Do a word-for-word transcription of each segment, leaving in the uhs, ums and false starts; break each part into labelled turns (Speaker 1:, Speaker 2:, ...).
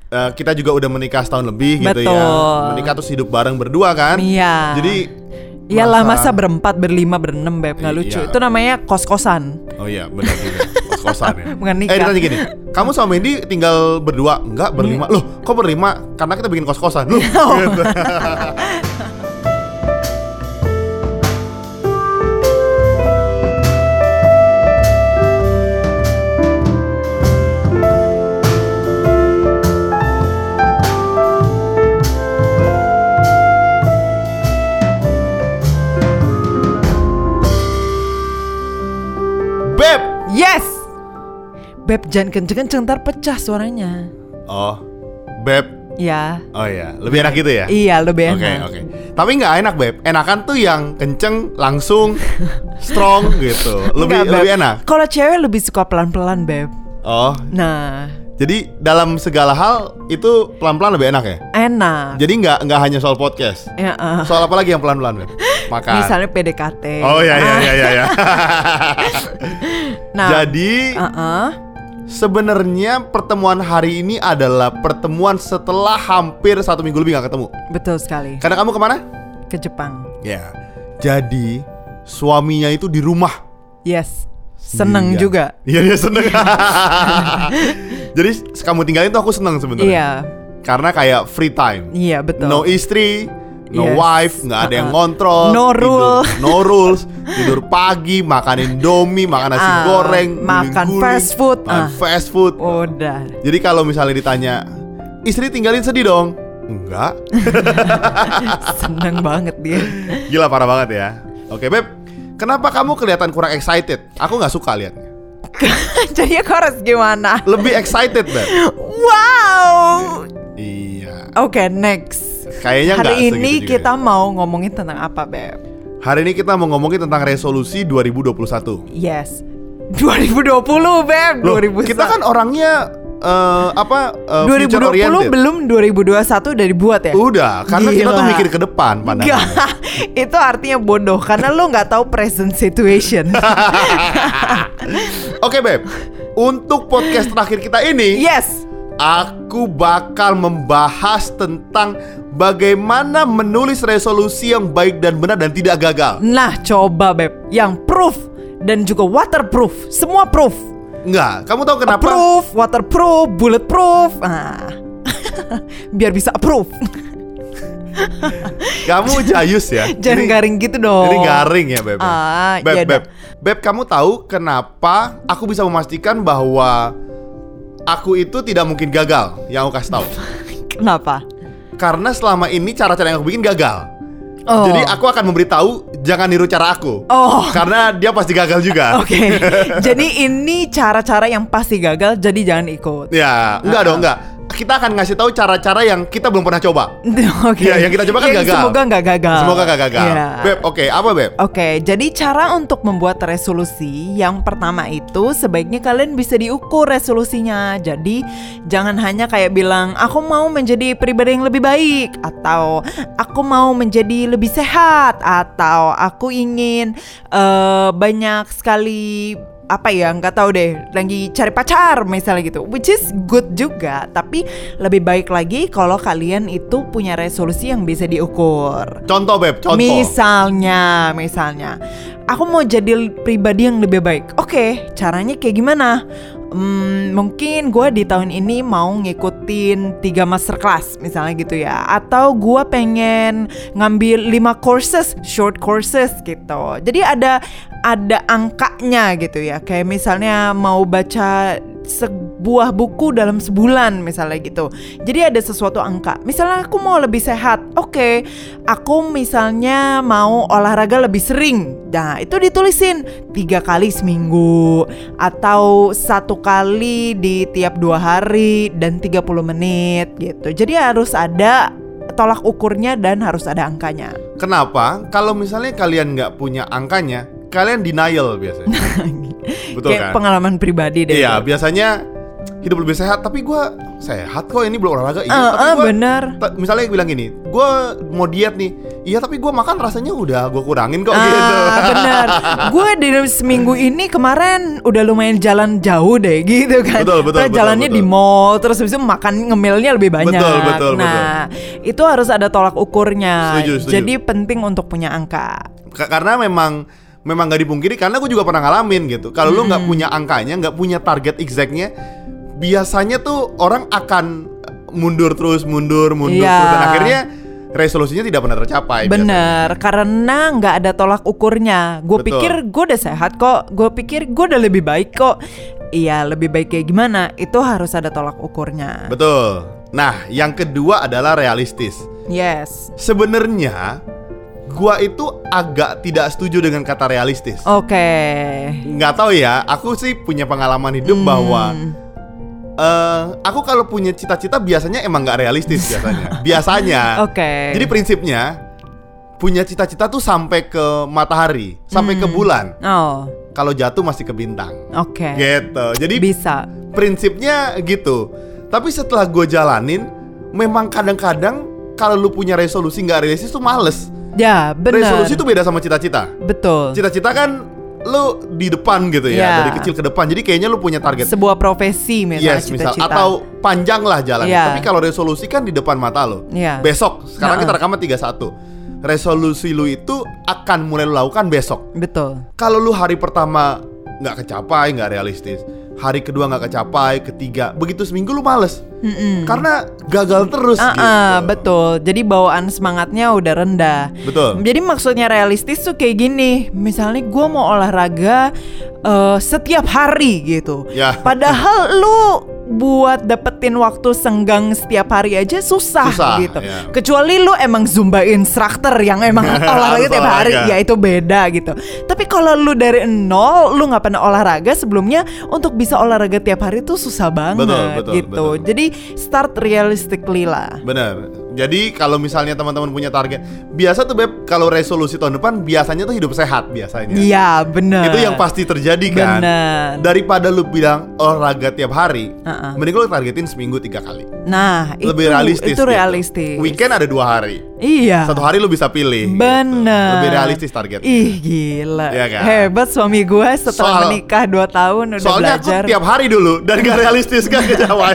Speaker 1: uh, kita juga udah menikah setahun lebih.
Speaker 2: Betul.
Speaker 1: Gitu ya. Menikah terus hidup bareng berdua kan.
Speaker 2: Iya.
Speaker 1: Jadi
Speaker 2: iyalah masa, masa berempat, berlima, berenam Beb, nggak lucu.
Speaker 1: Iya.
Speaker 2: Itu namanya kos-kosan.
Speaker 1: Oh iya benar juga. Kos-kosan ya.
Speaker 2: Bukan nikah.
Speaker 1: Eh ditanya gini, kamu sama Mendy tinggal berdua? Enggak, berlima. Loh kok berlima? Karena kita bikin kos-kosan. Loh gitu.
Speaker 2: Yes. Beb jangan kenceng-kenceng, ntar pecah suaranya.
Speaker 1: Oh, Beb.
Speaker 2: Ya.
Speaker 1: Oh iya, lebih enak gitu ya?
Speaker 2: Iya, lebih enak.
Speaker 1: Oke, okay, oke. Okay. Tapi nggak enak, Beb. Enakan tuh yang kenceng, langsung, strong gitu. Lebih
Speaker 2: Enggak,
Speaker 1: lebih enak.
Speaker 2: Kalau cewek lebih suka pelan-pelan, Beb.
Speaker 1: Oh.
Speaker 2: Nah.
Speaker 1: Jadi dalam segala hal itu pelan-pelan lebih enak ya?
Speaker 2: Enak.
Speaker 1: Jadi nggak nggak hanya soal podcast.
Speaker 2: Ya, uh.
Speaker 1: Soal apa lagi yang pelan-pelan, Beb? Makan.
Speaker 2: Misalnya P D K T.
Speaker 1: Oh iya iya iya iya. iya.
Speaker 2: Nah,
Speaker 1: jadi
Speaker 2: uh-uh.
Speaker 1: sebenarnya pertemuan hari ini adalah pertemuan setelah hampir satu minggu lebih gak ketemu.
Speaker 2: Betul sekali.
Speaker 1: Karena kamu kemana?
Speaker 2: Ke Jepang.
Speaker 1: Ya. Jadi suaminya itu di rumah.
Speaker 2: Yes. Seneng
Speaker 1: Iya.
Speaker 2: juga.
Speaker 1: Iya dia seneng. Jadi kamu tinggalin tuh aku seneng sebenarnya.
Speaker 2: Iya.
Speaker 1: Karena kayak free time.
Speaker 2: Iya betul.
Speaker 1: No istri, no
Speaker 2: Yes.
Speaker 1: wife, nggak ada
Speaker 2: Uh-uh.
Speaker 1: yang ngontrol.
Speaker 2: No
Speaker 1: tidur,
Speaker 2: rule.
Speaker 1: No rules. Tidur pagi, makan Indomie, makan nasi
Speaker 2: Ah,
Speaker 1: goreng,
Speaker 2: makan
Speaker 1: guling-guling,
Speaker 2: fast food.
Speaker 1: makan
Speaker 2: Ah.
Speaker 1: fast food.
Speaker 2: Udah.
Speaker 1: Jadi kalau misalnya ditanya, istri tinggalin sedih dong? Enggak.
Speaker 2: Seneng banget dia.
Speaker 1: Gila parah banget ya. Oke Beb, kenapa kamu kelihatan kurang excited? Aku nggak suka liatnya.
Speaker 2: Jadi aku harus gimana?
Speaker 1: Lebih excited Beb.
Speaker 2: Wow.
Speaker 1: Iya.
Speaker 2: Oke, okay, next.
Speaker 1: Kayaknya
Speaker 2: hari
Speaker 1: nggak
Speaker 2: ini
Speaker 1: segitu
Speaker 2: kita
Speaker 1: juga.
Speaker 2: mau ngomongin tentang apa, Beb?
Speaker 1: Hari ini kita mau ngomongin tentang resolusi dua ribu dua puluh satu.
Speaker 2: Yes. dua ribu dua puluh, Beb.
Speaker 1: Loh,
Speaker 2: dua ribu
Speaker 1: kita kan orangnya uh, apa uh,
Speaker 2: dua ribu dua puluh
Speaker 1: future oriented.
Speaker 2: belum dua ribu dua puluh satu udah dibuat ya?
Speaker 1: Udah, karena kita
Speaker 2: Gila.
Speaker 1: tuh mikir ke depan pandangannya.
Speaker 2: Enggak, itu artinya bodoh karena lu nggak tahu present situation.
Speaker 1: Oke Beb, untuk podcast terakhir kita ini,
Speaker 2: Yes.
Speaker 1: aku bakal membahas tentang bagaimana menulis resolusi yang baik dan benar dan tidak gagal.
Speaker 2: Nah, coba Beb, yang proof dan juga waterproof, semua proof.
Speaker 1: Enggak, kamu tahu kenapa?
Speaker 2: Proof, waterproof, bulletproof. Ah. Biar bisa approve.
Speaker 1: Kamu jayus ya.
Speaker 2: Jangan
Speaker 1: Ini-
Speaker 2: garing gitu dong.
Speaker 1: Ini garing ya Beb.
Speaker 2: Ah,
Speaker 1: Beb,
Speaker 2: iya
Speaker 1: Beb,
Speaker 2: dah.
Speaker 1: Beb, kamu tahu kenapa aku bisa memastikan bahwa aku itu tidak mungkin gagal? Yang aku kasih tahu.
Speaker 2: Kenapa?
Speaker 1: Karena selama ini cara-cara yang aku bikin gagal.
Speaker 2: Oh.
Speaker 1: Jadi aku akan memberitahu jangan niru cara aku.
Speaker 2: Oh.
Speaker 1: Karena dia pasti gagal juga.
Speaker 2: Oke. Jadi ini cara-cara yang pasti gagal, jadi jangan ikut.
Speaker 1: Ya, enggak
Speaker 2: Uh-uh.
Speaker 1: dong, enggak. Kita akan ngasih tahu cara-cara yang kita belum pernah coba.
Speaker 2: Oke.
Speaker 1: Ya, yang kita coba kan
Speaker 2: Yang
Speaker 1: gagal.
Speaker 2: Semoga nggak gagal.
Speaker 1: Semoga gak gagal.
Speaker 2: Iya.
Speaker 1: Beb, oke, apa Beb?
Speaker 2: Oke, jadi cara untuk membuat resolusi yang pertama itu sebaiknya kalian bisa diukur resolusinya. Jadi jangan hanya kayak bilang aku mau menjadi pribadi yang lebih baik, atau aku mau menjadi lebih sehat, atau aku ingin uh, banyak sekali apa ya, nggak tahu deh, lagi cari pacar misalnya gitu, which is good juga, tapi lebih baik lagi kalau kalian itu punya resolusi yang bisa diukur.
Speaker 1: Contoh Beb, contoh.
Speaker 2: Misalnya, misalnya, aku mau jadi pribadi yang lebih baik. Oke, caranya kayak gimana? Hmm, mungkin gue di tahun ini mau ngikutin tiga masterclass misalnya gitu ya, atau gue pengen ngambil lima courses, short courses gitu. Jadi ada ada angkanya gitu ya. Kayak misalnya mau baca sebuah buku dalam sebulan misalnya gitu. Jadi ada sesuatu angka. Misalnya aku mau lebih sehat. Oke, aku misalnya mau olahraga lebih sering. Nah, itu ditulisin tiga kali seminggu, atau satu kali di tiap dua hari dan tiga puluh menit gitu. Jadi harus ada tolak ukurnya dan harus ada angkanya.
Speaker 1: Kenapa? Kalau misalnya kalian nggak punya angkanya, kalian denial biasanya. Betul
Speaker 2: Kayak
Speaker 1: kan?
Speaker 2: pengalaman pribadi deh.
Speaker 1: Iya, biasanya hidup lebih sehat, tapi gue sehat kok ini belum olahraga. Iya,
Speaker 2: uh,
Speaker 1: tapi
Speaker 2: uh,
Speaker 1: gue
Speaker 2: bener.
Speaker 1: T- misalnya bilang gini, gue mau diet nih, iya tapi gue makan rasanya udah gue kurangin kok
Speaker 2: Ah,
Speaker 1: gitu.
Speaker 2: bener. Gue di seminggu ini kemarin udah lumayan jalan jauh deh gitu kan.
Speaker 1: Betul, betul,
Speaker 2: Terus
Speaker 1: betul,
Speaker 2: jalannya
Speaker 1: betul.
Speaker 2: di mall, terus habis itu makan ngemilnya lebih banyak.
Speaker 1: Betul, betul,
Speaker 2: Nah, itu harus ada tolak ukurnya.
Speaker 1: Setuju, setuju.
Speaker 2: Jadi penting untuk punya angka.
Speaker 1: K- karena memang memang nggak dipungkiri, karena gue juga pernah ngalamin gitu. Kalau lu nggak punya angkanya, nggak punya target exactnya, biasanya tuh orang akan mundur terus, mundur, mundur
Speaker 2: Iya.
Speaker 1: terus, dan akhirnya resolusinya tidak pernah tercapai.
Speaker 2: Bener, karena nggak ada tolak ukurnya. Gue
Speaker 1: Betul.
Speaker 2: pikir gue udah sehat kok. Gue pikir gue udah lebih baik kok. Iya, lebih baik kayak gimana? Itu harus ada tolak ukurnya.
Speaker 1: Betul. Nah, yang kedua adalah realistis.
Speaker 2: Yes.
Speaker 1: Sebenarnya gua itu agak tidak setuju dengan kata realistis.
Speaker 2: Oke.
Speaker 1: Nggak tahu ya, aku sih punya pengalaman hidup
Speaker 2: Hmm.
Speaker 1: bahwa eh, aku kalau punya cita-cita biasanya emang nggak realistis biasanya. Biasanya.
Speaker 2: Oke.
Speaker 1: Jadi prinsipnya punya cita-cita tuh sampai ke matahari, sampai ke bulan.
Speaker 2: Oh,
Speaker 1: Kalau jatuh masih ke bintang.
Speaker 2: oke.
Speaker 1: Gitu. Jadi
Speaker 2: Bisa.
Speaker 1: prinsipnya gitu. Tapi setelah gue jalanin, memang kadang-kadang kalau lu punya resolusi nggak realistis tuh males.
Speaker 2: Ya, benar.
Speaker 1: Resolusi tuh beda sama cita-cita.
Speaker 2: Betul.
Speaker 1: Cita-cita kan lu di depan gitu ya,
Speaker 2: Ya.
Speaker 1: dari kecil ke depan. Jadi kayaknya lu punya target.
Speaker 2: Sebuah profesi misalnya,
Speaker 1: Yes, misal
Speaker 2: cita-cita.
Speaker 1: atau panjang lah jalannya.
Speaker 2: Ya.
Speaker 1: Tapi kalau resolusi kan di depan mata lo.
Speaker 2: Ya.
Speaker 1: Besok, sekarang
Speaker 2: Nah,
Speaker 1: kita rekaman tiga puluh satu. Resolusi lu itu akan mulai lu lakukan besok.
Speaker 2: Betul.
Speaker 1: Kalau lu hari pertama nggak kecapai, nggak realistis. Hari kedua nggak kecapai, ketiga, begitu seminggu lu males.
Speaker 2: Mm-mm.
Speaker 1: Karena gagal terus
Speaker 2: Ah,
Speaker 1: gitu.
Speaker 2: ah, betul. Jadi bawaan semangatnya udah rendah.
Speaker 1: Betul.
Speaker 2: Jadi maksudnya realistis tuh kayak gini. Misalnya gue mau olahraga eh, setiap hari gitu.
Speaker 1: Ya.
Speaker 2: Padahal lu buat dapetin waktu senggang setiap hari aja susah,
Speaker 1: Susah,
Speaker 2: gitu.
Speaker 1: ya.
Speaker 2: Kecuali lu emang Zumba instructor yang emang olahraga
Speaker 1: Harus
Speaker 2: tiap hari,
Speaker 1: olahraga.
Speaker 2: ya itu beda gitu. Tapi kalau lu dari nol, lu nggak pernah olahraga sebelumnya, untuk bisa olahraga tiap hari tuh susah banget
Speaker 1: Betul, betul,
Speaker 2: gitu.
Speaker 1: betul.
Speaker 2: Jadi start realistically lah.
Speaker 1: Bener. Jadi kalau misalnya teman-teman punya target, biasa tuh Beb, kalau resolusi tahun depan biasanya tuh hidup sehat biasanya.
Speaker 2: Iya, bener.
Speaker 1: Itu yang pasti terjadi kan.
Speaker 2: Bener.
Speaker 1: Daripada lu bilang olahraga tiap hari,
Speaker 2: Uh-uh.
Speaker 1: mending lu targetin seminggu tiga kali.
Speaker 2: Nah,
Speaker 1: Lebih
Speaker 2: itu,
Speaker 1: realistis.
Speaker 2: Itu
Speaker 1: gitu.
Speaker 2: realistis.
Speaker 1: Weekend ada dua hari.
Speaker 2: Iya.
Speaker 1: Satu hari lu bisa pilih.
Speaker 2: Bener.
Speaker 1: Gitu. Lebih realistis targetnya.
Speaker 2: Ih, gila.
Speaker 1: Iya kan?
Speaker 2: Hebat suami gue setelah
Speaker 1: Soal-
Speaker 2: menikah dua tahun udah
Speaker 1: Soalnya
Speaker 2: belajar.
Speaker 1: aku tiap hari dulu dan gak realistis gak kejawab.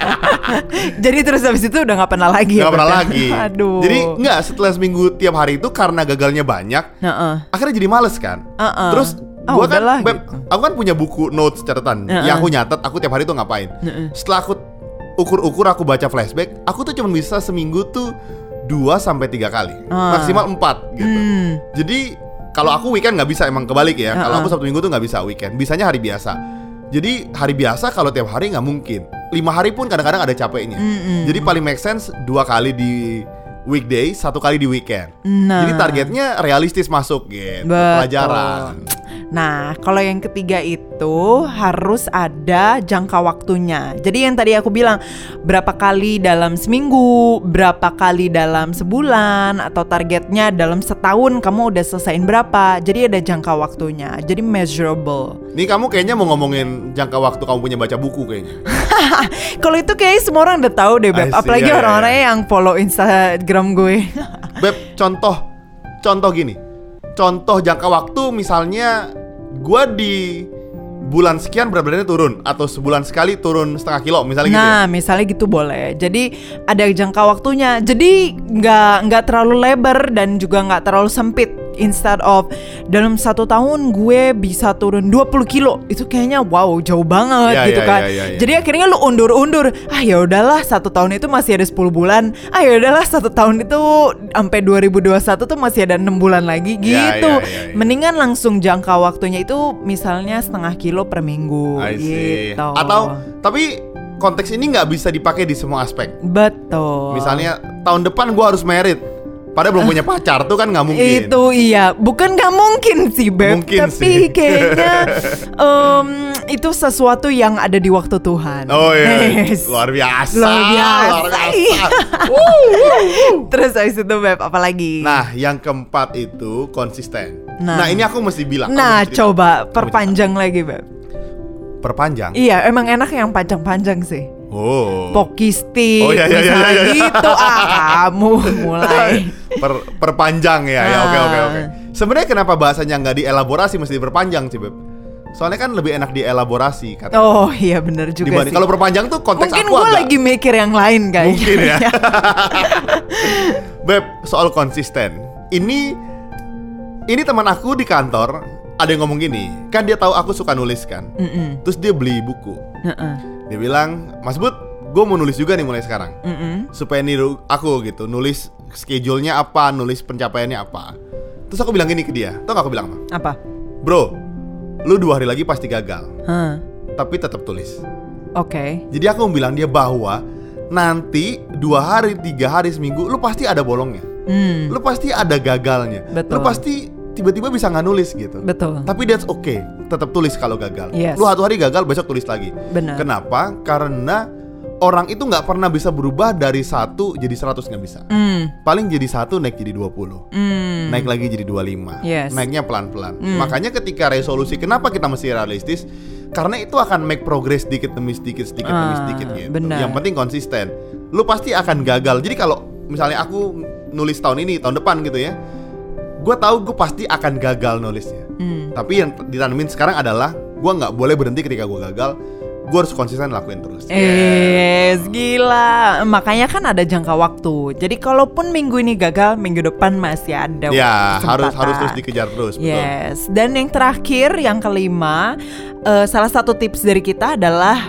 Speaker 2: Jadi terus habis itu udah gak pernah lagi ya,
Speaker 1: Gak pernah
Speaker 2: Beb?
Speaker 1: lagi.
Speaker 2: Aduh.
Speaker 1: Jadi enggak, setelah seminggu tiap hari itu karena gagalnya banyak,
Speaker 2: Heeh.
Speaker 1: akhirnya jadi males kan.
Speaker 2: Uh-uh.
Speaker 1: Terus
Speaker 2: Ah,
Speaker 1: gua kan
Speaker 2: udahlah,
Speaker 1: Beb,
Speaker 2: gitu.
Speaker 1: aku kan punya buku notes catatan
Speaker 2: Uh-uh.
Speaker 1: yang aku nyatet aku tiap hari tuh ngapain.
Speaker 2: Uh-uh.
Speaker 1: Setelah aku ukur-ukur, aku baca flashback, aku tuh cuma bisa seminggu tuh dua sampai tiga kali,
Speaker 2: Ah.
Speaker 1: maksimal empat gitu.
Speaker 2: Hmm.
Speaker 1: Jadi kalau aku weekend nggak bisa, emang kebalik ya. Kalau
Speaker 2: Uh-uh.
Speaker 1: aku Sabtu Minggu tuh nggak bisa weekend, bisanya hari biasa. Jadi hari biasa kalau tiap hari nggak mungkin. Lima hari pun kadang-kadang ada capeknya.
Speaker 2: Mm-mm.
Speaker 1: Jadi paling make sense dua kali di weekday, satu kali di weekend.
Speaker 2: Nah.
Speaker 1: Jadi targetnya realistis masuk gitu,
Speaker 2: Betul.
Speaker 1: pelajaran.
Speaker 2: Nah, kalau yang ketiga itu harus ada jangka waktunya. Jadi yang tadi aku bilang, berapa kali dalam seminggu, berapa kali dalam sebulan, atau targetnya dalam setahun kamu udah selesaiin berapa. Jadi ada jangka waktunya. Jadi measurable.
Speaker 1: Nih kamu kayaknya mau ngomongin jangka waktu kamu punya baca buku kayaknya.
Speaker 2: Kalau itu kayaknya semua orang udah tahu deh, Beb.
Speaker 1: I see,
Speaker 2: Apalagi
Speaker 1: ya, ya,
Speaker 2: orang-orang
Speaker 1: ya.
Speaker 2: yang follow Instagram gue.
Speaker 1: Beb, contoh contoh gini. Contoh jangka waktu misalnya gua di bulan sekian berat badannya turun, atau sebulan sekali turun setengah kilo misalnya gitu ya.
Speaker 2: Nah, misalnya gitu boleh. Jadi ada jangka waktunya. Jadi nggak nggak terlalu lebar dan juga nggak terlalu sempit. Instead of dalam satu tahun gue bisa turun dua puluh kilo, itu kayaknya wow jauh banget
Speaker 1: Ya,
Speaker 2: gitu
Speaker 1: ya,
Speaker 2: kan.
Speaker 1: ya, ya, ya.
Speaker 2: Jadi akhirnya lu undur-undur. Ah ya udahlah, satu tahun itu masih ada sepuluh bulan. Ah ya udahlah, satu tahun itu sampai dua ribu dua puluh satu tuh masih ada enam bulan lagi
Speaker 1: Ya,
Speaker 2: gitu.
Speaker 1: ya, ya, ya.
Speaker 2: Mendingan langsung jangka waktunya itu misalnya setengah kilo per minggu
Speaker 1: I see.
Speaker 2: gitu.
Speaker 1: Atau tapi konteks ini nggak bisa dipakai di semua aspek.
Speaker 2: Betul.
Speaker 1: Misalnya tahun depan gua harus merit, padahal belum punya pacar, tuh kan nggak mungkin.
Speaker 2: Itu iya, bukan nggak mungkin sih, Beb.
Speaker 1: Mungkin
Speaker 2: Tapi
Speaker 1: sih.
Speaker 2: kayaknya em, itu sesuatu yang ada di waktu Tuhan.
Speaker 1: Oh iya,
Speaker 2: Yes.
Speaker 1: luar biasa.
Speaker 2: Luar biasa.
Speaker 1: luar biasa.
Speaker 2: Iya. Terus habis itu, Beb, apa lagi?
Speaker 1: Nah, yang keempat itu konsisten.
Speaker 2: Nah.
Speaker 1: Nah, ini aku mesti bilang.
Speaker 2: Nah,
Speaker 1: aku mesti cerita.
Speaker 2: coba perpanjang lagi, Beb.
Speaker 1: Perpanjang?
Speaker 2: Iya, emang enak yang panjang-panjang sih.
Speaker 1: Oh.
Speaker 2: Pocky stick,
Speaker 1: Oh, iya, iya,
Speaker 2: misalnya
Speaker 1: iya, iya.
Speaker 2: gitu. Ah, kamu mulai.
Speaker 1: Per, perpanjang ya, ya
Speaker 2: Ah.
Speaker 1: oke oke oke. Sebenarnya kenapa bahasanya nggak dielaborasi mesti diperpanjang sih Beb? Soalnya kan lebih enak dielaborasi kata.
Speaker 2: Oh iya benar juga
Speaker 1: Dibanding
Speaker 2: sih.
Speaker 1: kalau perpanjang tuh konteks
Speaker 2: Mungkin
Speaker 1: aku
Speaker 2: gue
Speaker 1: agak
Speaker 2: lagi mikir yang lain kayaknya.
Speaker 1: mungkin ya. Beb, soal konsisten. Ini ini teman aku di kantor ada yang ngomong gini, kan dia tahu aku suka nulis kan.
Speaker 2: Mm-mm.
Speaker 1: Terus dia beli buku.
Speaker 2: Uh-uh.
Speaker 1: Dia bilang, "Mas Bud, gue mau nulis juga nih mulai sekarang."
Speaker 2: Mm-mm.
Speaker 1: Supaya niru aku gitu, nulis schedule-nya apa, nulis pencapaiannya apa. Terus aku bilang gini ke dia, tau gak aku bilang apa?
Speaker 2: Apa?
Speaker 1: Bro, lu dua hari lagi pasti gagal,
Speaker 2: Huh.
Speaker 1: tapi tetap tulis.
Speaker 2: Oke.
Speaker 1: Jadi aku mau bilang dia bahwa nanti dua hari, tiga hari, seminggu, lu pasti ada bolongnya.
Speaker 2: Hmm.
Speaker 1: Lu pasti ada gagalnya.
Speaker 2: Betul.
Speaker 1: Lu pasti tiba-tiba bisa nggak nulis gitu.
Speaker 2: Betul.
Speaker 1: Tapi that's okay, tetap tulis kalau gagal.
Speaker 2: Yes.
Speaker 1: Lu satu hari gagal, besok tulis lagi.
Speaker 2: Benar.
Speaker 1: Kenapa? Karena orang itu nggak pernah bisa berubah dari satu jadi seratus, nggak bisa.
Speaker 2: Hmm.
Speaker 1: Paling jadi satu naik jadi dua puluh.
Speaker 2: Hmm.
Speaker 1: Naik lagi jadi dua puluh lima.
Speaker 2: Yes.
Speaker 1: Naiknya pelan-pelan.
Speaker 2: Hmm.
Speaker 1: Makanya ketika resolusi, kenapa kita mesti realistis? Karena itu akan make progress sedikit demi sedikit, sedikit demi
Speaker 2: Ah,
Speaker 1: sedikit gitu.
Speaker 2: benar.
Speaker 1: Yang penting konsisten. Lu pasti akan gagal. Jadi kalau misalnya aku nulis tahun ini, tahun depan gitu ya, gue tahu gue pasti akan gagal nulisnya.
Speaker 2: Hmm.
Speaker 1: Tapi yang ditanemin sekarang adalah gue nggak boleh berhenti ketika gue gagal. Gue harus konsisten lakuin terus.
Speaker 2: Eh, gila. Makanya kan ada jangka waktu. Jadi kalaupun minggu ini gagal, minggu depan masih ada
Speaker 1: Ya, harus
Speaker 2: kesempatan.
Speaker 1: harus terus dikejar terus. Betul.
Speaker 2: Yes. Dan yang terakhir, yang kelima, eh, salah satu tips dari kita adalah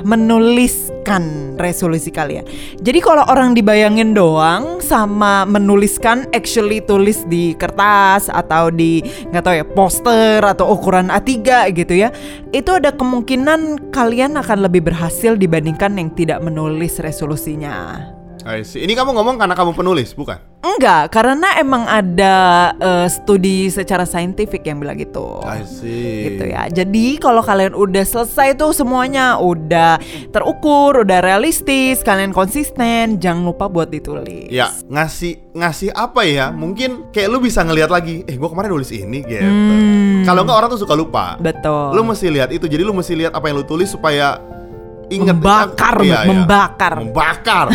Speaker 2: menuliskan resolusi kalian. Jadi kalau orang dibayangin doang sama menuliskan, actually tulis di kertas atau di nggak tahu ya poster atau ukuran A tiga gitu ya, itu ada kemungkinan kalian akan lebih berhasil dibandingkan yang tidak menulis resolusinya.
Speaker 1: I see. Ini kamu ngomong karena kamu penulis, bukan?
Speaker 2: Enggak, karena emang ada eh, studi secara saintifik yang bilang gitu.
Speaker 1: I see.
Speaker 2: Gitu ya. Jadi kalau kalian udah selesai tuh semuanya, udah terukur, udah realistis, kalian konsisten, jangan lupa buat ditulis.
Speaker 1: Ya, ngasih ngasih apa ya? Mungkin kayak lu bisa ngelihat lagi, eh gue kemarin nulis ini gitu.
Speaker 2: Hmm.
Speaker 1: Kalau enggak orang tuh suka lupa.
Speaker 2: Betul.
Speaker 1: Lu mesti lihat itu. Jadi lu mesti lihat apa yang lu tulis supaya ingat.
Speaker 2: Membakar,
Speaker 1: Iya, iya.
Speaker 2: membakar.
Speaker 1: Membakar.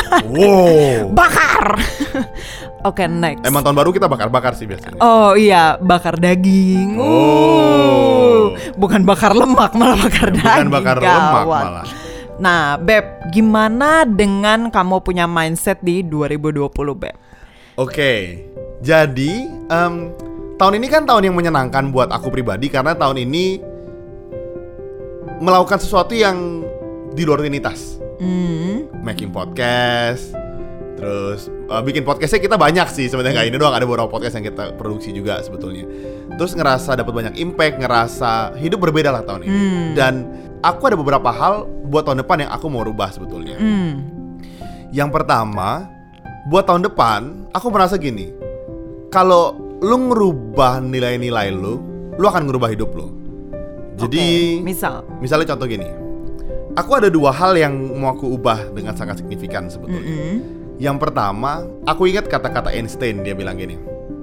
Speaker 1: Wow.
Speaker 2: Bakar. Oke, next.
Speaker 1: Emang tahun baru kita bakar-bakar sih biasanya.
Speaker 2: Oh iya, bakar daging.
Speaker 1: Oh.
Speaker 2: Uh, bukan bakar lemak, malah bakar
Speaker 1: Bukan
Speaker 2: daging.
Speaker 1: bakar lemak
Speaker 2: Gawat.
Speaker 1: malah.
Speaker 2: Nah, Beb, gimana dengan kamu punya mindset di dua ribu dua puluh, Beb?
Speaker 1: Oke. Jadi, em, tahun ini kan tahun yang menyenangkan buat aku pribadi karena tahun ini melakukan sesuatu yang di luar rutinitas.
Speaker 2: Hmm.
Speaker 1: Making podcast, terus uh, bikin podcastnya kita banyak sih sebenarnya, nggak ini doang, ada beberapa podcast yang kita produksi juga sebetulnya. Terus ngerasa dapat banyak impact, ngerasa hidup berbeda lah tahun ini.
Speaker 2: Hmm.
Speaker 1: Dan aku ada beberapa hal buat tahun depan yang aku mau rubah sebetulnya.
Speaker 2: Hmm.
Speaker 1: Yang pertama, buat tahun depan aku merasa gini, kalau lu ngerubah nilai-nilai lu, lu akan ngerubah hidup lu. Jadi
Speaker 2: Oke, misal.
Speaker 1: misalnya contoh gini, aku ada dua hal yang mau aku ubah dengan sangat signifikan sebetulnya.
Speaker 2: Mm-mm.
Speaker 1: Yang pertama, aku ingat kata-kata Einstein, dia bilang gini,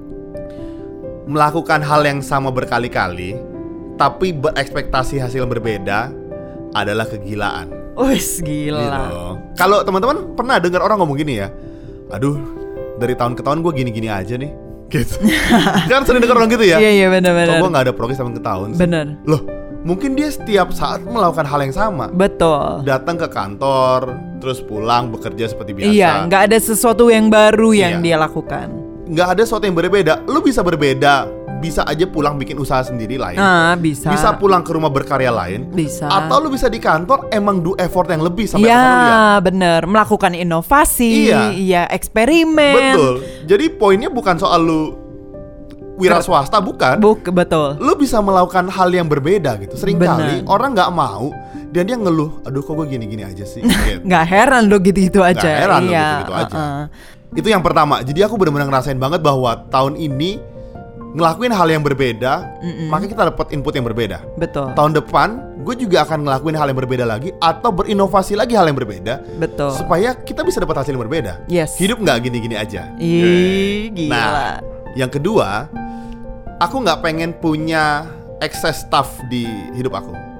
Speaker 1: melakukan hal yang sama berkali-kali tapi berekspektasi hasil yang berbeda adalah kegilaan.
Speaker 2: Wih, gila.
Speaker 1: Gitu. Kalau teman-teman pernah dengar orang ngomong gini ya, aduh dari tahun ke tahun gue gini-gini aja nih, gitu. Kan sering dengar orang gitu ya.
Speaker 2: Iya, iya, benar-benar.
Speaker 1: Kok gue gak ada progres tahun ke tahun sih?
Speaker 2: Bener.
Speaker 1: Loh, mungkin dia setiap saat melakukan hal yang sama.
Speaker 2: Betul.
Speaker 1: Datang ke kantor, terus pulang bekerja seperti biasa.
Speaker 2: Iya, nggak ada sesuatu yang baru yang
Speaker 1: Iya.
Speaker 2: dia lakukan.
Speaker 1: Nggak ada sesuatu yang berbeda. Lu bisa berbeda, bisa aja pulang bikin usaha sendiri lain.
Speaker 2: Ah, bisa.
Speaker 1: Bisa pulang ke rumah berkarya lain.
Speaker 2: Bisa.
Speaker 1: Atau lu bisa di kantor emang do effort yang lebih sampai
Speaker 2: Iya,
Speaker 1: lu lihat.
Speaker 2: bener. Melakukan inovasi,
Speaker 1: Iya.
Speaker 2: iya, eksperimen.
Speaker 1: Betul. Jadi poinnya bukan soal lu wira
Speaker 2: Ker-
Speaker 1: swasta, bukan.
Speaker 2: Buk, betul.
Speaker 1: Lu bisa melakukan hal yang berbeda gitu. Seringkali
Speaker 2: Bener.
Speaker 1: orang nggak mau dan dia ngeluh, aduh kok gue gini-gini aja sih. Gitu.
Speaker 2: Nggak heran lo gitu-gitu aja.
Speaker 1: Nggak heran lo
Speaker 2: iya,
Speaker 1: gitu-gitu aja.
Speaker 2: uh-uh.
Speaker 1: Itu yang pertama. Jadi aku benar-benar ngerasain banget bahwa tahun ini ngelakuin hal yang berbeda,
Speaker 2: Mm-mm.
Speaker 1: makanya kita dapat input yang berbeda.
Speaker 2: Betul.
Speaker 1: Tahun depan gue juga akan ngelakuin hal yang berbeda lagi atau berinovasi lagi hal yang berbeda,
Speaker 2: Betul.
Speaker 1: supaya kita bisa dapat hasil yang berbeda.
Speaker 2: Yes.
Speaker 1: Hidup nggak gini-gini aja.
Speaker 2: Ih, gila.
Speaker 1: Nah, yang kedua, aku nggak pengen punya excess stuff di hidup aku.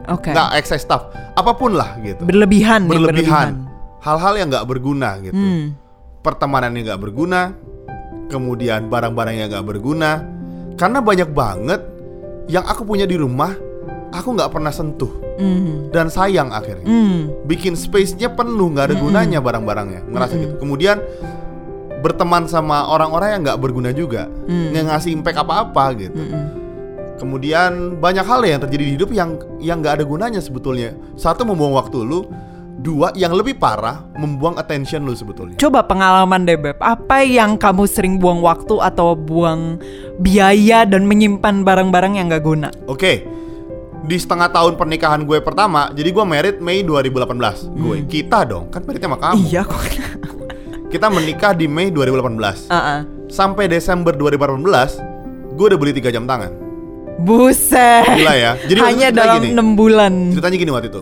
Speaker 2: Oke.
Speaker 1: Nggak excess stuff, apapun lah gitu.
Speaker 2: Berlebihan, nih,
Speaker 1: Berlebihan.
Speaker 2: berlebihan.
Speaker 1: Hal-hal yang nggak berguna gitu.
Speaker 2: Hmm.
Speaker 1: Pertemanan yang nggak berguna, kemudian barang-barang yang nggak berguna. Karena banyak banget yang aku punya di rumah, aku nggak pernah sentuh.
Speaker 2: Mm.
Speaker 1: Dan sayang akhirnya.
Speaker 2: Mm.
Speaker 1: Bikin space-nya penuh, nggak ada gunanya barang-barangnya. Ngerasa
Speaker 2: Mm-mm.
Speaker 1: gitu. Kemudian berteman sama orang-orang yang nggak berguna juga,
Speaker 2: Mm.
Speaker 1: nggak ngasih impact apa-apa gitu.
Speaker 2: Mm-mm.
Speaker 1: Kemudian banyak hal yang terjadi di hidup yang yang nggak ada gunanya sebetulnya. Satu, membuang waktu lu. Dua, yang lebih parah, membuang attention lu sebetulnya.
Speaker 2: Coba pengalaman deh Beb, apa yang kamu sering buang waktu atau buang biaya dan menyimpan barang-barang yang gak guna?
Speaker 1: Oke, di setengah tahun pernikahan gue pertama, jadi gue married Mei dua ribu delapan belas. Gue, kita dong, kan marriednya sama kamu.
Speaker 2: Iya kok.
Speaker 1: Kita menikah di Mei dua ribu delapan belas.
Speaker 2: uh-uh.
Speaker 1: Sampai Desember dua ribu delapan belas, gue udah beli tiga jam tangan.
Speaker 2: Buset.
Speaker 1: Gila ya. Jadi
Speaker 2: hanya
Speaker 1: waktu itu
Speaker 2: dalam
Speaker 1: gini,
Speaker 2: enam bulan.
Speaker 1: ceritanya gini waktu itu.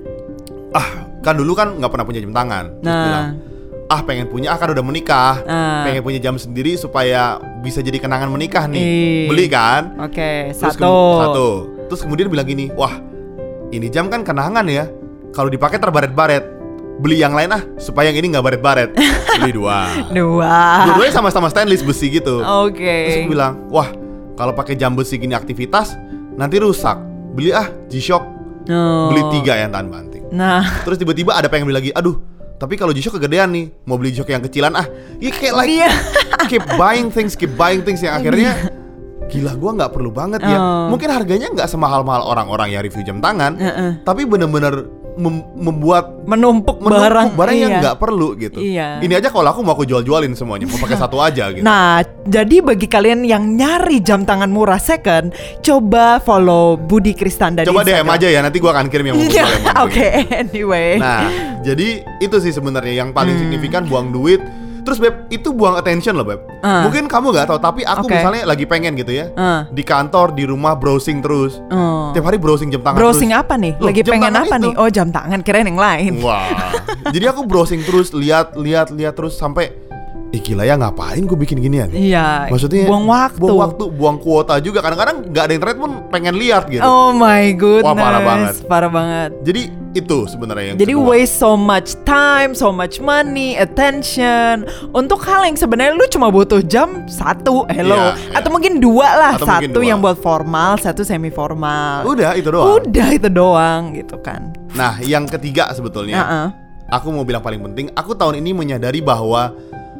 Speaker 1: Ah, kan dulu kan nggak pernah punya jam tangan. Terus
Speaker 2: Nah.
Speaker 1: bilang, ah pengen punya, ah kan udah menikah,
Speaker 2: Ah.
Speaker 1: pengen punya jam sendiri supaya bisa jadi kenangan menikah nih.
Speaker 2: Ih.
Speaker 1: Beli kan?
Speaker 2: Oke,
Speaker 1: Terus
Speaker 2: satu.
Speaker 1: kem- satu. Terus kemudian bilang gini, wah ini jam kan kenangan ya. Kalau dipakai terbaret-baret. Beli yang lain ah, supaya yang ini nggak baret-baret. Beli dua.
Speaker 2: Dua.
Speaker 1: Dua-duanya sama-sama stainless besi gitu.
Speaker 2: Oke.
Speaker 1: Terus aku bilang, wah kalau pakai jam besi gini aktivitas nanti rusak. Beli ah G-Shock.
Speaker 2: Oh.
Speaker 1: Beli tiga yang tahan banting.
Speaker 2: Nah.
Speaker 1: Terus tiba-tiba ada pengen beli lagi. Aduh, tapi kalau G-Shock kegedean nih, mau beli G-Shock yang kecilan ah. Ya kayak like
Speaker 2: Iya.
Speaker 1: keep buying things, keep buying things yang akhirnya gila, gua nggak perlu banget ya.
Speaker 2: Oh.
Speaker 1: Mungkin harganya nggak semahal-mahal orang-orang yang review jam tangan,
Speaker 2: Uh-uh.
Speaker 1: tapi bener-bener mem- membuat
Speaker 2: Menumpuk,
Speaker 1: menumpuk
Speaker 2: barang,
Speaker 1: barang yang
Speaker 2: iya.
Speaker 1: nggak perlu gitu.
Speaker 2: Iya.
Speaker 1: Ini aja kalau aku mau aku jual-jualin semuanya, mau pakai satu aja gitu.
Speaker 2: Nah, jadi bagi kalian yang nyari jam tangan murah second, coba follow Budi Kristanda di
Speaker 1: Coba D M
Speaker 2: Instagram.
Speaker 1: aja ya, nanti gua akan kirim yang mau
Speaker 2: Iya,
Speaker 1: jual yang mana.
Speaker 2: oke, anyway.
Speaker 1: Nah, jadi itu sih sebenarnya yang paling
Speaker 2: Hmm.
Speaker 1: signifikan, buang duit. Terus Beb, itu buang attention loh Beb.
Speaker 2: Uh.
Speaker 1: Mungkin kamu nggak tahu, tapi aku
Speaker 2: Oke.
Speaker 1: misalnya lagi pengen gitu ya.
Speaker 2: Uh.
Speaker 1: Di kantor, di rumah browsing terus.
Speaker 2: Oh.
Speaker 1: Tiap hari browsing jam tangan
Speaker 2: Browsing
Speaker 1: terus.
Speaker 2: apa nih?
Speaker 1: Loh,
Speaker 2: Lagi
Speaker 1: jam
Speaker 2: pengen
Speaker 1: tangan
Speaker 2: apa
Speaker 1: itu.
Speaker 2: nih? Oh, jam tangan, kirain yang lain.
Speaker 1: Wah. Jadi aku browsing terus, lihat, lihat, lihat terus sampai ih gila ya, ngapain gue bikin ginian?
Speaker 2: Iya.
Speaker 1: Maksudnya
Speaker 2: buang waktu.
Speaker 1: Buang waktu, buang kuota juga. Kadang-kadang nggak ada internet pun pengen lihat gitu.
Speaker 2: Oh my goodness.
Speaker 1: Wah, parah banget.
Speaker 2: Parah banget.
Speaker 1: Jadi itu sebenarnya yang
Speaker 2: Jadi
Speaker 1: kedua.
Speaker 2: waste so much time, so much money, attention untuk hal yang sebenarnya lu cuma butuh jam satu, hello,
Speaker 1: Iya, iya.
Speaker 2: atau mungkin dua lah,
Speaker 1: Atau mungkin
Speaker 2: satu
Speaker 1: dua.
Speaker 2: yang buat formal, satu semi formal.
Speaker 1: Udah itu doang.
Speaker 2: Udah itu doang gitu kan.
Speaker 1: Nah, yang ketiga sebetulnya,
Speaker 2: Uh-uh.
Speaker 1: aku mau bilang paling penting, aku tahun ini menyadari bahwa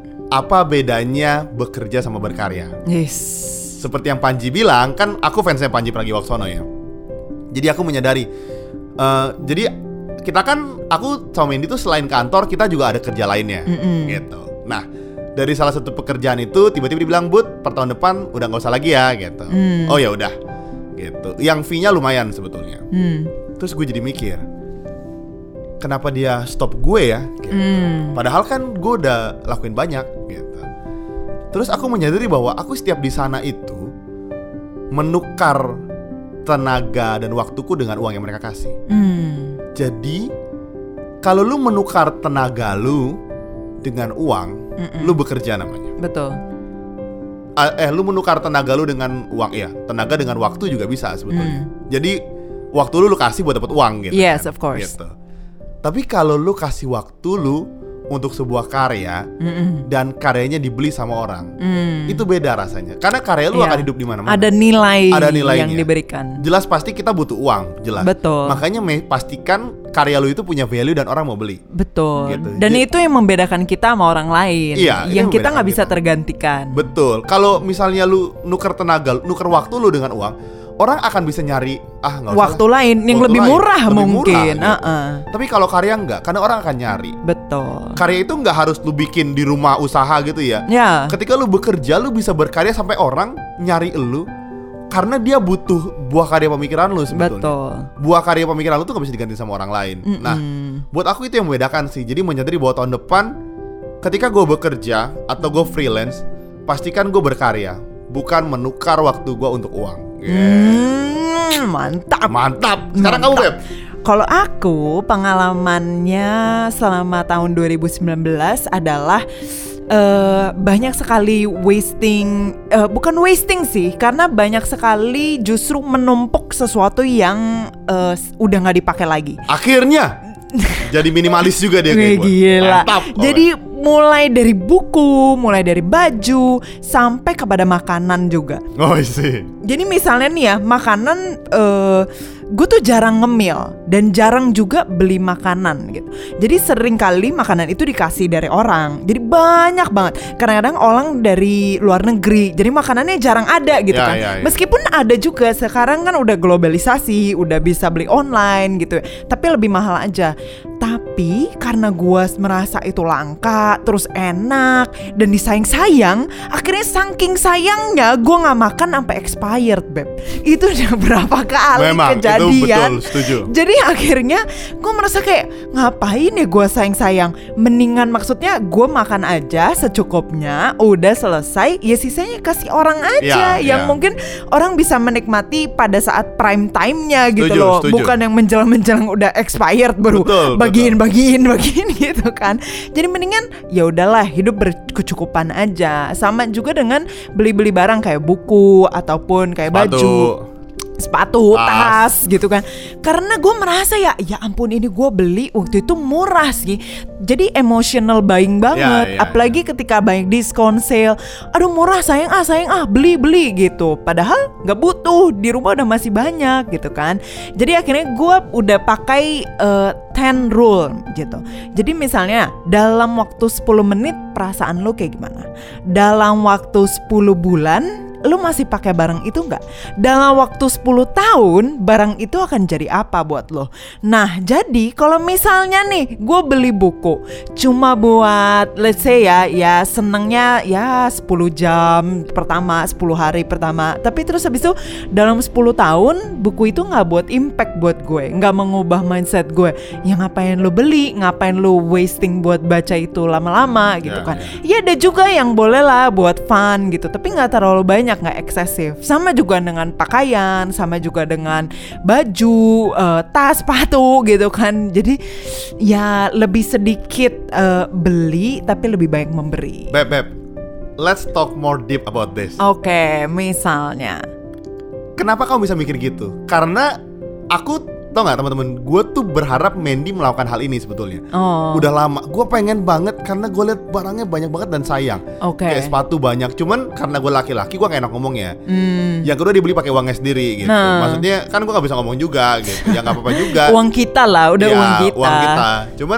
Speaker 1: apa bedanya bekerja sama berkarya.
Speaker 2: Yes.
Speaker 1: Seperti yang Panji bilang, kan aku fansnya Panji Pragiwaksono ya. Jadi aku menyadari, eh, jadi kita kan, aku sama Mendy tuh selain kantor, kita juga ada kerja lainnya,
Speaker 2: Mm-mm.
Speaker 1: gitu. Nah, dari salah satu pekerjaan itu tiba-tiba dibilang, Bud, per tahun depan udah nggak usah lagi ya, gitu.
Speaker 2: Mm.
Speaker 1: Oh ya udah, gitu. Yang fee-nya lumayan sebetulnya.
Speaker 2: Hmm.
Speaker 1: Terus gue jadi mikir, kenapa dia stop gue ya? Gitu.
Speaker 2: Hmm.
Speaker 1: Padahal kan gue udah lakuin banyak gitu. Terus aku menyadari bahwa aku setiap di sana itu menukar tenaga dan waktuku dengan uang yang mereka kasih.
Speaker 2: Hmm.
Speaker 1: Jadi kalau lu menukar tenaga lu dengan uang,
Speaker 2: Mm-mm.
Speaker 1: lu bekerja namanya.
Speaker 2: Betul.
Speaker 1: Ah, Eh, lu menukar tenaga lu dengan uang, ya. Tenaga dengan waktu juga bisa sebetulnya.
Speaker 2: Mm.
Speaker 1: Jadi waktu lu lu kasih buat dapat uang gitu.
Speaker 2: Yes,
Speaker 1: kan?
Speaker 2: of course.
Speaker 1: Gitu. Tapi kalau lu kasih waktu lu untuk sebuah karya
Speaker 2: Mm-mm.
Speaker 1: dan karyanya dibeli sama orang,
Speaker 2: Hmm.
Speaker 1: itu beda rasanya. Karena karya lu
Speaker 2: Iya.
Speaker 1: akan hidup di mana-mana.
Speaker 2: Ada nilai
Speaker 1: Ada nilainya.
Speaker 2: yang diberikan.
Speaker 1: Jelas pasti kita butuh uang, jelas.
Speaker 2: Betul.
Speaker 1: Makanya me- pastikan karya lu itu punya value dan orang mau beli.
Speaker 2: Betul.
Speaker 1: Gitu.
Speaker 2: Dan
Speaker 1: Jadi-
Speaker 2: itu yang membedakan kita sama orang lain.
Speaker 1: Iya, itu
Speaker 2: yang kita
Speaker 1: membedakan
Speaker 2: nggak bisa
Speaker 1: kita.
Speaker 2: tergantikan.
Speaker 1: Betul. Kalau misalnya lu nuker tenaga, nuker waktu lu dengan uang, orang akan bisa nyari ah nggak usah
Speaker 2: Waktu
Speaker 1: lah.
Speaker 2: lain yang
Speaker 1: Waktu
Speaker 2: lebih
Speaker 1: lain,
Speaker 2: murah
Speaker 1: lebih
Speaker 2: mungkin.
Speaker 1: murah, gitu.
Speaker 2: Uh-uh.
Speaker 1: Tapi kalau karya enggak, karena orang akan nyari.
Speaker 2: Betul.
Speaker 1: Karya itu nggak harus lu bikin di rumah usaha gitu ya.
Speaker 2: Ya.
Speaker 1: Ketika lu bekerja, lu bisa berkarya sampai orang nyari lu karena dia butuh buah karya pemikiran lu sebetulnya.
Speaker 2: Betul.
Speaker 1: Buah karya pemikiran lu tuh gak bisa diganti sama orang lain.
Speaker 2: Mm-mm.
Speaker 1: Nah, buat aku itu yang membedakan sih. Jadi menyadari bahwa tahun depan ketika gue bekerja atau gue freelance, pastikan gue berkarya, bukan menukar waktu gue untuk uang. Yeah.
Speaker 2: Hmm, mantap.
Speaker 1: Mantap. Sekarang
Speaker 2: Mantap.
Speaker 1: kamu Beb.
Speaker 2: Kalau aku pengalamannya selama tahun dua ribu sembilan belas adalah uh, banyak sekali wasting, uh, bukan wasting sih, karena banyak sekali justru menumpuk sesuatu yang uh, udah nggak dipakai lagi.
Speaker 1: Akhirnya jadi minimalis juga dia kayak gue.
Speaker 2: Gila.
Speaker 1: Mantap.
Speaker 2: Jadi mulai dari buku, mulai dari baju, sampai kepada makanan juga.
Speaker 1: Oh sih.
Speaker 2: Jadi misalnya nih ya, makanan uh, gue tuh jarang ngemil dan jarang juga beli makanan gitu. Jadi sering kali makanan itu dikasih dari orang. Jadi banyak banget. Kadang-kadang orang dari luar negeri, jadi makanannya jarang ada gitu
Speaker 1: ya,
Speaker 2: kan.
Speaker 1: ya, ya.
Speaker 2: Meskipun ada juga, sekarang kan udah globalisasi, udah bisa beli online gitu. Tapi lebih mahal aja. Tapi karena gue merasa itu langka, terus enak dan disayang-sayang, akhirnya saking sayangnya gue nggak makan sampai expired, beb. Itu udah berapa kali
Speaker 1: Memang,
Speaker 2: kejadian.
Speaker 1: itu betul, setuju.
Speaker 2: Jadi akhirnya gue merasa kayak ngapain ya gue sayang-sayang. Mendingan maksudnya gue makan aja secukupnya, udah selesai, ya sisanya kasih orang aja
Speaker 1: ya,
Speaker 2: yang
Speaker 1: ya.
Speaker 2: mungkin orang bisa menikmati pada saat prime time-nya gitu
Speaker 1: Setuju,
Speaker 2: loh,
Speaker 1: setuju.
Speaker 2: bukan yang menjelang-menjelang udah expired baru
Speaker 1: Betul,
Speaker 2: bagiin bagiin bagiin gitu kan. Jadi mendingan ya udahlah, hidup berkecukupan aja. Sama juga dengan beli-beli barang kayak buku ataupun kayak
Speaker 1: Sepatu.
Speaker 2: baju, sepatu,
Speaker 1: Tas.
Speaker 2: tas gitu kan. Karena gue merasa ya, ya ampun ini gue beli waktu itu murah sih. Jadi emotional buying banget.
Speaker 1: Ya, ya,
Speaker 2: Apalagi ketika banyak diskon sale. Aduh murah, sayang ah sayang ah beli beli gitu. Padahal nggak butuh, di rumah udah masih banyak gitu kan. Jadi akhirnya gue udah pakai uh, ten rule gitu. Jadi misalnya dalam waktu sepuluh menit perasaan lo kayak gimana? Dalam waktu sepuluh bulan lu masih pakai barang itu nggak? Dalam waktu sepuluh tahun barang itu akan jadi apa buat lo? Nah jadi kalau misalnya nih gue beli buku cuma buat let's say ya, ya senengnya ya sepuluh jam pertama, sepuluh hari pertama, tapi terus habis itu dalam sepuluh tahun buku itu nggak buat impact buat gue, nggak mengubah mindset gue. Ya ngapain lo beli? Ngapain lo wasting buat baca itu lama-lama gitu
Speaker 1: Ya,
Speaker 2: kan?
Speaker 1: ya.
Speaker 2: Ya ada juga yang boleh lah buat fun gitu, tapi nggak terlalu banyak, nggak eksesif. Sama juga dengan pakaian, sama juga dengan baju, uh, tas, sepatu gitu kan. Jadi ya lebih sedikit uh, beli tapi lebih baik memberi.
Speaker 1: Beb, Beb, let's talk more deep about this.
Speaker 2: Oke, misalnya.
Speaker 1: Kenapa kamu bisa mikir gitu? Karena aku, tau gak teman-teman, gue tuh berharap Mandy melakukan hal ini sebetulnya.
Speaker 2: Oh.
Speaker 1: Udah lama, gue pengen banget karena gue liat barangnya banyak banget dan sayang.
Speaker 2: Oke.
Speaker 1: Kayak sepatu banyak, cuman karena gue laki-laki gue gak enak ngomongnya.
Speaker 2: Hmm.
Speaker 1: Yang kedua dibeli pakai uangnya sendiri gitu.
Speaker 2: Nah.
Speaker 1: Maksudnya kan gue gak bisa ngomong juga gitu. Ya gak apa-apa juga.
Speaker 2: Uang kita lah, udah
Speaker 1: Ya,
Speaker 2: uang kita.
Speaker 1: uang kita. Cuman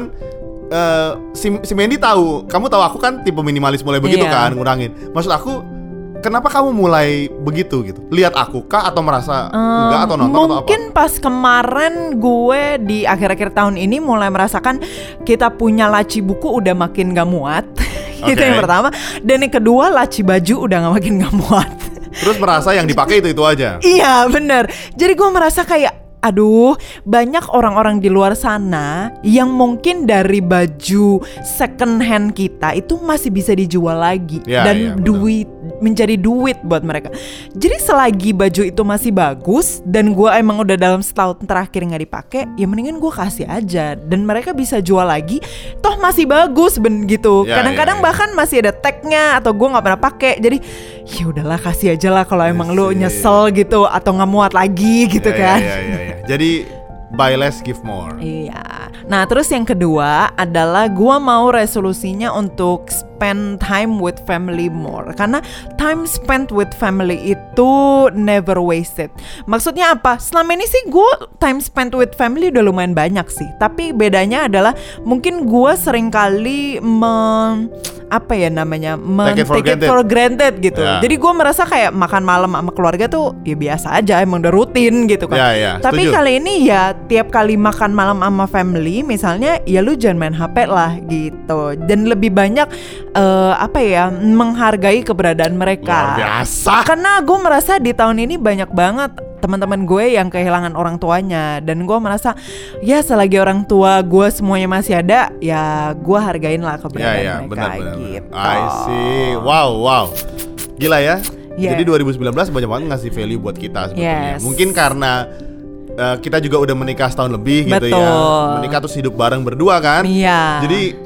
Speaker 1: uh, si, si Mandy tahu, kamu tahu aku kan tipe minimalis mulai begitu
Speaker 2: Iya.
Speaker 1: kan, ngurangin. Maksud aku, kenapa kamu mulai begitu gitu? Lihat aku kah atau merasa
Speaker 2: Um,
Speaker 1: enggak atau nonton atau apa?
Speaker 2: mungkin pas kemarin gue di akhir-akhir tahun ini mulai merasakan kita punya laci buku udah makin gak muat. Itu
Speaker 1: Oke.
Speaker 2: yang pertama. Dan yang kedua laci baju udah gak makin gak muat.
Speaker 1: Terus merasa yang dipakai itu-itu aja.
Speaker 2: Iya bener. Jadi gue merasa kayak aduh, banyak orang-orang di luar sana yang mungkin dari baju second hand kita itu masih bisa dijual lagi
Speaker 1: Ya,
Speaker 2: dan
Speaker 1: ya, betul.
Speaker 2: duit menjadi duit buat mereka. Jadi selagi baju itu masih bagus dan gue emang udah dalam setahun terakhir nggak dipakai, ya mendingan gue kasih aja dan mereka bisa jual lagi. Toh masih bagus ben gitu.
Speaker 1: Ya,
Speaker 2: Kadang-kadang
Speaker 1: ya, ya.
Speaker 2: bahkan masih ada tagnya atau gue nggak pernah pakai. Jadi ya udahlah kasih aja lah kalau emang lu
Speaker 1: Asik.
Speaker 2: nyesel gitu atau nggak muat lagi gitu
Speaker 1: Ya,
Speaker 2: kan.
Speaker 1: ya, ya, ya, ya. Jadi buy less give more.
Speaker 2: Iya. Nah terus yang kedua adalah gua mau resolusinya untuk spend time with family more. Karena time spent with family itu never wasted. Maksudnya apa? Selama ini sih gua time spent with family udah lumayan banyak sih. Tapi bedanya adalah mungkin gua seringkali mem apa ya namanya men-
Speaker 1: Take it for
Speaker 2: take it
Speaker 1: granted.
Speaker 2: for granted gitu.
Speaker 1: Ya.
Speaker 2: Jadi gua merasa kayak makan malam sama keluarga tuh ya biasa aja, emang udah rutin gitu kan.
Speaker 1: Ya, ya,
Speaker 2: Tapi
Speaker 1: setuju.
Speaker 2: kali ini ya tiap kali makan malam sama family misalnya ya lu jangan main H P lah gitu. Dan lebih banyak uh, apa ya menghargai keberadaan mereka.
Speaker 1: Luar biasa.
Speaker 2: Karena gue merasa di tahun ini banyak banget teman-teman gue yang kehilangan orang tuanya. Dan gue merasa ya selagi orang tua gue semuanya masih ada, ya gue hargain lah
Speaker 1: Ya,
Speaker 2: keberadaan
Speaker 1: ya,
Speaker 2: mereka
Speaker 1: benar, benar, benar.
Speaker 2: gitu.
Speaker 1: I see. Wow, wow. Gila ya.
Speaker 2: Yeah.
Speaker 1: Jadi dua ribu sembilan belas banyak banget ngasih value buat kita sebetulnya.
Speaker 2: Yes.
Speaker 1: Mungkin karena uh, kita juga udah menikah setahun lebih gitu ya.
Speaker 2: Betul.
Speaker 1: Menikah terus hidup bareng berdua kan.
Speaker 2: Iya.
Speaker 1: Jadi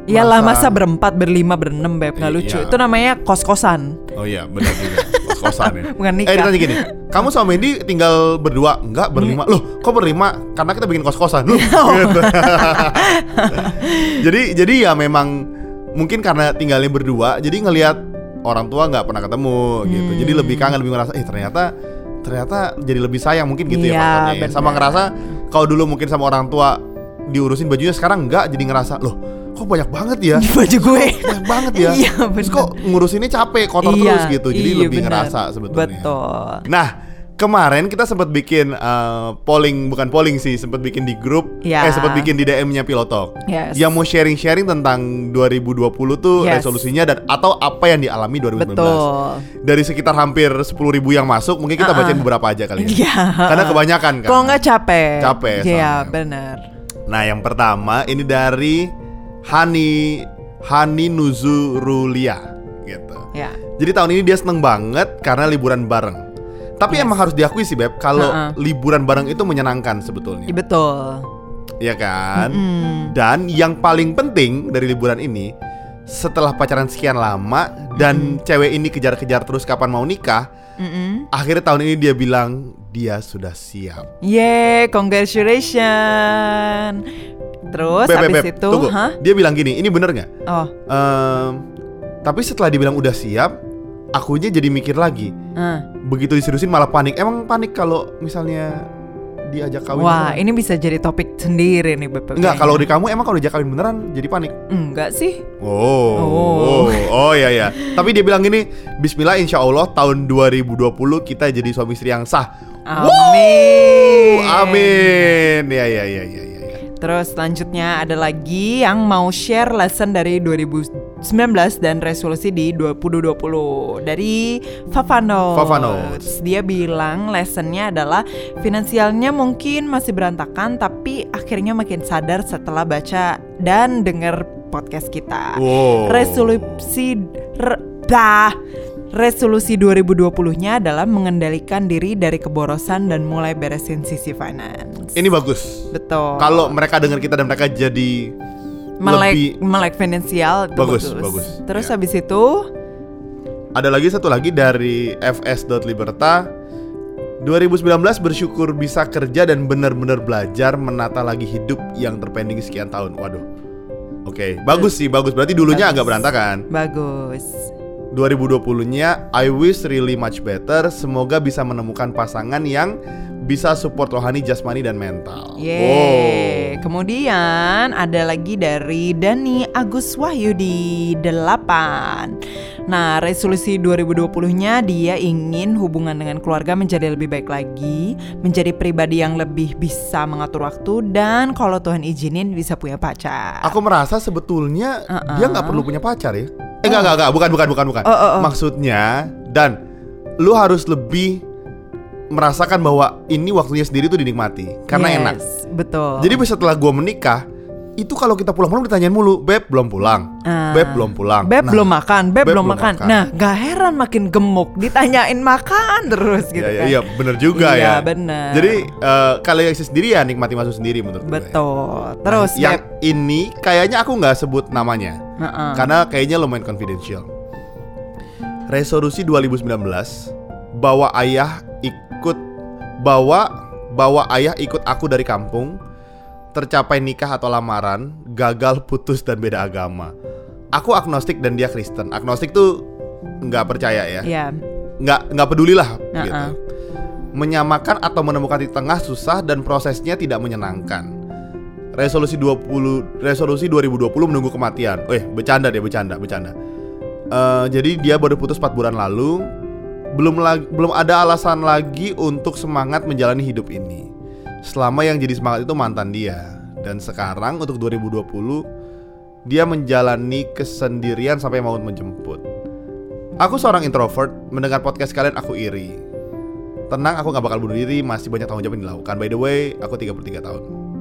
Speaker 2: Iyalah masa berempat, berlima, berenam Beb, nggak lucu.
Speaker 1: Iya.
Speaker 2: Itu namanya kos-kosan.
Speaker 1: Oh iya benar juga. Kos-kosan ya.
Speaker 2: Bukan nikah.
Speaker 1: Eh ditanya gini, kamu sama Mendy tinggal berdua? Enggak, berlima. Loh, kok berlima? Karena kita bikin kos-kosan. Loh, gitu. Jadi jadi ya memang mungkin karena tinggalnya berdua, jadi ngelihat orang tua nggak pernah ketemu gitu.
Speaker 2: Hmm.
Speaker 1: Jadi lebih kangen, lebih ngerasa, eh ternyata ternyata jadi lebih sayang mungkin gitu
Speaker 2: Iya,
Speaker 1: ya faktornya. Ya.
Speaker 2: bener.
Speaker 1: Sama ngerasa kalau dulu mungkin sama orang tua diurusin bajunya, sekarang enggak, jadi ngerasa loh kok banyak banget ya
Speaker 2: Baju gue
Speaker 1: banyak banget ya.
Speaker 2: Iya,
Speaker 1: Terus
Speaker 2: bener.
Speaker 1: kok ngurusinnya capek, kotor
Speaker 2: Iya,
Speaker 1: terus gitu. Jadi
Speaker 2: iya,
Speaker 1: lebih
Speaker 2: bener.
Speaker 1: ngerasa sebetulnya.
Speaker 2: Betul.
Speaker 1: Nah, kemarin kita sempat bikin uh, polling, bukan polling sih, sempat bikin di grup,
Speaker 2: Ya.
Speaker 1: eh sempat bikin di D M-nya Pilotalk.
Speaker 2: Yes.
Speaker 1: Yang mau sharing-sharing tentang dua ribu dua puluh tuh
Speaker 2: Yes.
Speaker 1: resolusinya dan atau apa yang dialami dua ribu sembilan belas.
Speaker 2: Betul.
Speaker 1: Dari sekitar hampir sepuluh ribu yang masuk, mungkin kita
Speaker 2: Uh-uh.
Speaker 1: bacain beberapa aja kali ya.
Speaker 2: Iya.
Speaker 1: Karena kebanyakan kan.
Speaker 2: Kalau nggak capek.
Speaker 1: Capek
Speaker 2: Iya,
Speaker 1: soalnya.
Speaker 2: benar.
Speaker 1: Nah, yang pertama ini dari Hani Hani Nuzurulia gitu.
Speaker 2: Ya.
Speaker 1: Jadi tahun ini dia seneng banget karena liburan bareng. Tapi
Speaker 2: Yes.
Speaker 1: emang harus diakui sih Beb, kalau
Speaker 2: Uh-uh.
Speaker 1: liburan bareng itu menyenangkan sebetulnya.
Speaker 2: Iya, betul.
Speaker 1: Iya kan?
Speaker 2: Mm.
Speaker 1: Dan yang paling penting dari liburan ini, setelah pacaran sekian lama dan cewek ini kejar-kejar terus kapan mau nikah,
Speaker 2: Mm-mm.
Speaker 1: akhirnya tahun ini dia bilang dia sudah siap.
Speaker 2: Yeay, congratulations. Terus
Speaker 1: Beb, Beb,
Speaker 2: habis
Speaker 1: Beb,
Speaker 2: itu,
Speaker 1: tunggu.
Speaker 2: hah?
Speaker 1: Dia bilang gini, ini bener nggak?
Speaker 2: Oh,
Speaker 1: Ehm, tapi setelah dibilang udah siap, akunya jadi mikir lagi.
Speaker 2: ah.
Speaker 1: Begitu diseriusin malah panik. Emang panik kalau misalnya diajak kawin?
Speaker 2: Wah,
Speaker 1: beneran?
Speaker 2: ini bisa jadi topik sendiri nih, Beb.
Speaker 1: Enggak,
Speaker 2: kayaknya.
Speaker 1: kalau di kamu emang kalau diajak kawin beneran jadi panik?
Speaker 2: Enggak sih.
Speaker 1: Oh,
Speaker 2: Oh.
Speaker 1: oh, oh ya ya. Tapi dia bilang gini, Bismillah, insya Allah tahun dua ribu dua puluh kita jadi suami istri yang sah.
Speaker 2: Amin.
Speaker 1: Uh, amin. Ya ya ya ya ya. ya.
Speaker 2: Terus selanjutnya ada lagi yang mau share lesson dari dua ribu sembilan belas dan resolusi di dua ribu dua puluh dari Fafano.
Speaker 1: Fafano.
Speaker 2: Dia bilang lessonnya adalah finansialnya mungkin masih berantakan, tapi akhirnya makin sadar setelah baca dan dengar podcast kita.
Speaker 1: Wow.
Speaker 2: Resolusi re, bah, resolusi dua ribu dua puluh-nya adalah mengendalikan diri dari keborosan dan mulai beresin sisi finance.
Speaker 1: Ini bagus.
Speaker 2: Betul.
Speaker 1: Kalau mereka dengar kita dan mereka jadi
Speaker 2: melek
Speaker 1: lebih
Speaker 2: melek finansial itu
Speaker 1: bagus,
Speaker 2: bagus.
Speaker 1: bagus.
Speaker 2: Terus
Speaker 1: Ya.
Speaker 2: habis itu
Speaker 1: Ada lagi satu lagi dari f s dot liberta. dua ribu sembilan belas bersyukur bisa kerja dan benar-benar belajar menata lagi hidup yang terpending sekian tahun. Waduh. Oke, bagus sih, bagus. Berarti dulunya
Speaker 2: Bagus.
Speaker 1: agak berantakan.
Speaker 2: bagus.
Speaker 1: dua ribu dua puluh-nya I wish really much better. Semoga bisa menemukan pasangan yang bisa support rohani, jasmani dan mental.
Speaker 2: Yeay. Kemudian ada lagi dari Dani Agus Wahyudi delapan. Nah, resolusi dua ribu dua puluh-nya dia ingin hubungan dengan keluarga menjadi lebih baik lagi, menjadi pribadi yang lebih bisa mengatur waktu, dan kalau Tuhan izinin bisa punya pacar.
Speaker 1: Aku merasa sebetulnya
Speaker 2: Uh-uh.
Speaker 1: dia nggak perlu punya pacar ya. Eh enggak, enggak, enggak, bukan, bukan, bukan, bukan.
Speaker 2: Oh, oh, oh.
Speaker 1: Maksudnya, dan lu harus lebih merasakan bahwa ini waktunya sendiri tuh dinikmati karena
Speaker 2: Yes,
Speaker 1: enak.
Speaker 2: Betul.
Speaker 1: Jadi setelah gua menikah, itu kalau kita pulang-pulang ditanyain mulu, Beb belum pulang,
Speaker 2: Ah.
Speaker 1: Beb belum pulang,
Speaker 2: Beb
Speaker 1: Nah,
Speaker 2: belum makan, Beb,
Speaker 1: Beb
Speaker 2: belum
Speaker 1: belum
Speaker 2: makan.
Speaker 1: makan.
Speaker 2: Nah, gak heran makin gemuk, ditanyain makan terus gitu
Speaker 1: Iya,
Speaker 2: kan.
Speaker 1: iya, bener juga
Speaker 2: Iya,
Speaker 1: ya.
Speaker 2: bener.
Speaker 1: Jadi eh, kalian sendiri ya nikmati masuk sendiri menurut gue.
Speaker 2: Betul. Terus
Speaker 1: Yang
Speaker 2: Beb,
Speaker 1: ini kayaknya aku nggak sebut namanya
Speaker 2: uh-uh.
Speaker 1: karena kayaknya lumayan confidential. Resolusi dua ribu sembilan belas, bawa ayah ikut bawa bawa ayah ikut aku dari kampung, tercapai nikah atau lamaran, gagal putus dan beda agama. Aku agnostik dan dia Kristen. Agnostik tuh nggak percaya ya,
Speaker 2: Iya.
Speaker 1: nggak nggak peduli lah
Speaker 2: Uh-uh.
Speaker 1: gitu. Menyamakan atau menemukan di tengah susah dan prosesnya tidak menyenangkan. Resolusi dua puluh resolusi dua ribu dua puluh menunggu kematian. Eh, bercanda deh, bercanda, bercanda. Eh, jadi dia baru putus empat bulan lalu. Belum lagi, belum ada alasan lagi untuk semangat menjalani hidup ini. Selama yang jadi semangat itu mantan dia. Dan sekarang untuk dua ribu dua puluh dia menjalani kesendirian sampai maut menjemput. Aku seorang introvert, mendengar podcast kalian aku iri. Tenang, aku gak bakal bunuh diri, masih banyak tanggung jawab yang dilakukan. By the way, aku tiga puluh tiga tahun.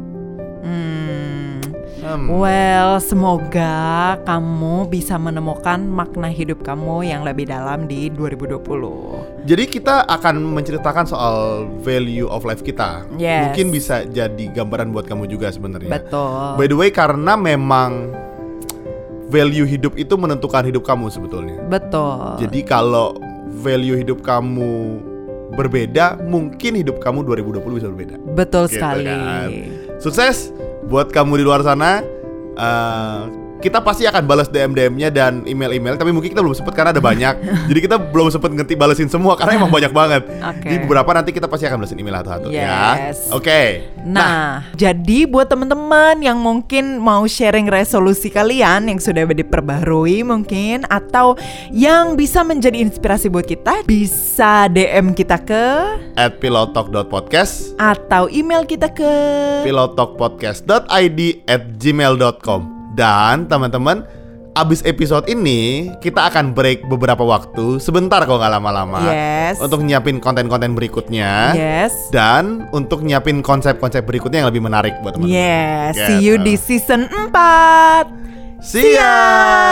Speaker 2: Hmm.
Speaker 1: Hmm.
Speaker 2: Well, semoga kamu bisa menemukan makna hidup kamu yang lebih dalam di dua ribu dua puluh.
Speaker 1: Jadi kita akan menceritakan soal value of life kita.
Speaker 2: Yes.
Speaker 1: Mungkin bisa jadi gambaran buat kamu juga sebenarnya.
Speaker 2: Betul.
Speaker 1: By the way, karena memang value hidup itu menentukan hidup kamu sebetulnya.
Speaker 2: Betul.
Speaker 1: Jadi kalau value hidup kamu berbeda, mungkin hidup kamu dua ribu dua puluh bisa berbeda.
Speaker 2: Betul
Speaker 1: Gitu
Speaker 2: sekali.
Speaker 1: kan. Sukses buat kamu di luar sana. Uh, kita pasti akan balas D M D M-nya dan email-email, tapi mungkin kita belum sempet karena ada banyak. Jadi kita belum sempet ngerti balesin semua karena emang banyak banget.
Speaker 2: Oke.
Speaker 1: Di beberapa nanti kita pasti akan balesin email satu-satu
Speaker 2: Yes.
Speaker 1: ya. Oke. Okay.
Speaker 2: Nah, nah, jadi buat teman-teman yang mungkin mau sharing resolusi kalian yang sudah diperbarui mungkin, atau yang bisa menjadi inspirasi buat kita, bisa D M kita ke
Speaker 1: at pilotalk dot podcast
Speaker 2: atau email kita ke
Speaker 1: pilotalkpodcast dot i d at gmail dot com. Dan teman-teman, abis episode ini kita akan break beberapa waktu, sebentar kok nggak lama-lama,
Speaker 2: Yes.
Speaker 1: untuk nyiapin konten-konten berikutnya.
Speaker 2: Yes.
Speaker 1: Dan untuk nyiapin konsep-konsep berikutnya yang lebih menarik buat teman-teman.
Speaker 2: Yes,
Speaker 1: Gitu.
Speaker 2: see you di season empat.
Speaker 1: See ya.